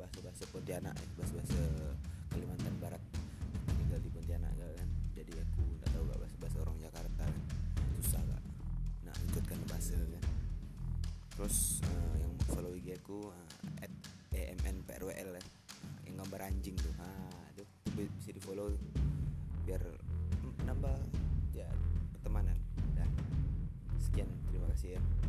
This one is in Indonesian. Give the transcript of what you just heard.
bahasa Pontianak, bahasa Kalimantan Barat. Tinggal di Pontianak kan. Jadi aku nggak tahu gak bahasa orang Jakarta kan. Susah gak. Nah ikutkan bahasa kan. Terus yang follow IG aku @emnprwl kan. Yang gambar anjing tuh. Itu bisa di follow biar nambah ya pertemanan. Dah. Sekian, terima kasih ya.